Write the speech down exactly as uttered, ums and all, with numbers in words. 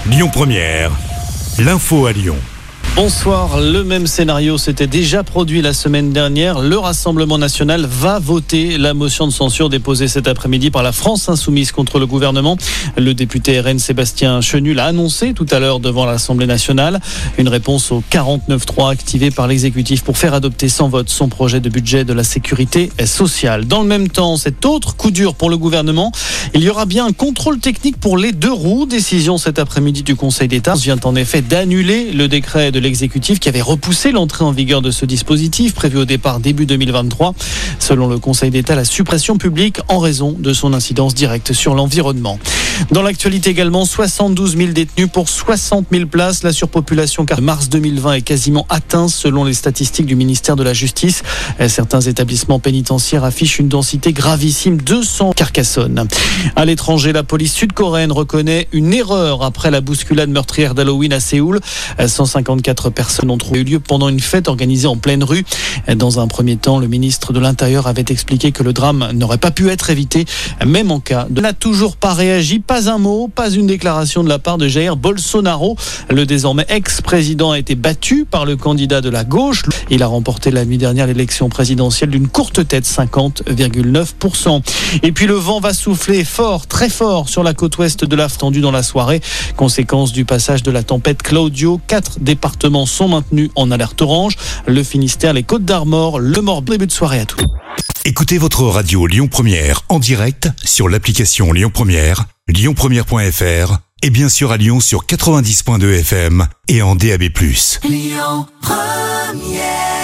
Lyon Première, l'info à Lyon. Bonsoir, le même scénario s'était déjà produit la semaine dernière. Le Rassemblement national va voter la motion de censure déposée cet après-midi par la France insoumise contre le gouvernement. Le député R N Sébastien Chenu l'a annoncé tout à l'heure devant l'Assemblée nationale. Une réponse au quarante-neuf trois activé par l'exécutif pour faire adopter sans vote son projet de budget de la sécurité sociale. Dans le même temps, cet autre coup dur pour le gouvernement, il y aura bien un contrôle technique pour les deux roues. Décision cet après-midi du Conseil d'État vient en effet d'annuler le décret de l'exécutif qui avait repoussé l'entrée en vigueur de ce dispositif prévu au départ début deux mille vingt-trois. Selon le Conseil d'État, la suppression publique en raison de son incidence directe sur l'environnement. Dans l'actualité également, soixante-douze mille détenus pour soixante mille places. La surpopulation car mars deux mille vingt est quasiment atteinte selon les statistiques du ministère de la Justice. Certains établissements pénitentiaires affichent une densité gravissime, deux cents Carcassonne. À l'étranger, la police sud-coréenne reconnaît une erreur après la bousculade meurtrière d'Halloween à Séoul. cent cinquante-quatre personnes ont trouvé lieu pendant une fête organisée en pleine rue. Dans un premier temps, le ministre de l'Intérieur avait expliqué que le drame n'aurait pas pu être évité, même en cas de... n'a toujours pas réagi, pas un mot, pas une déclaration de la part de Jair Bolsonaro. Le désormais ex-président a été battu par le candidat de la gauche. Il a remporté la nuit dernière l'élection présidentielle d'une courte tête, cinquante virgule neuf pour cent. Et puis le vent va souffler fort, très fort sur la côte ouest de l'A F tendue dans la soirée. Conséquence du passage de la tempête Claudio, quatre départements sont maintenus en alerte orange. Le Finistère, les Côtes-d'Armor, le Morbihan. Début de soirée à tous. Écoutez votre radio Lyon Première en direct sur l'application Lyon Première, lyon première point f r et bien sûr à Lyon sur quatre-vingt-dix virgule deux F M et en D A B plus. Lyon Première.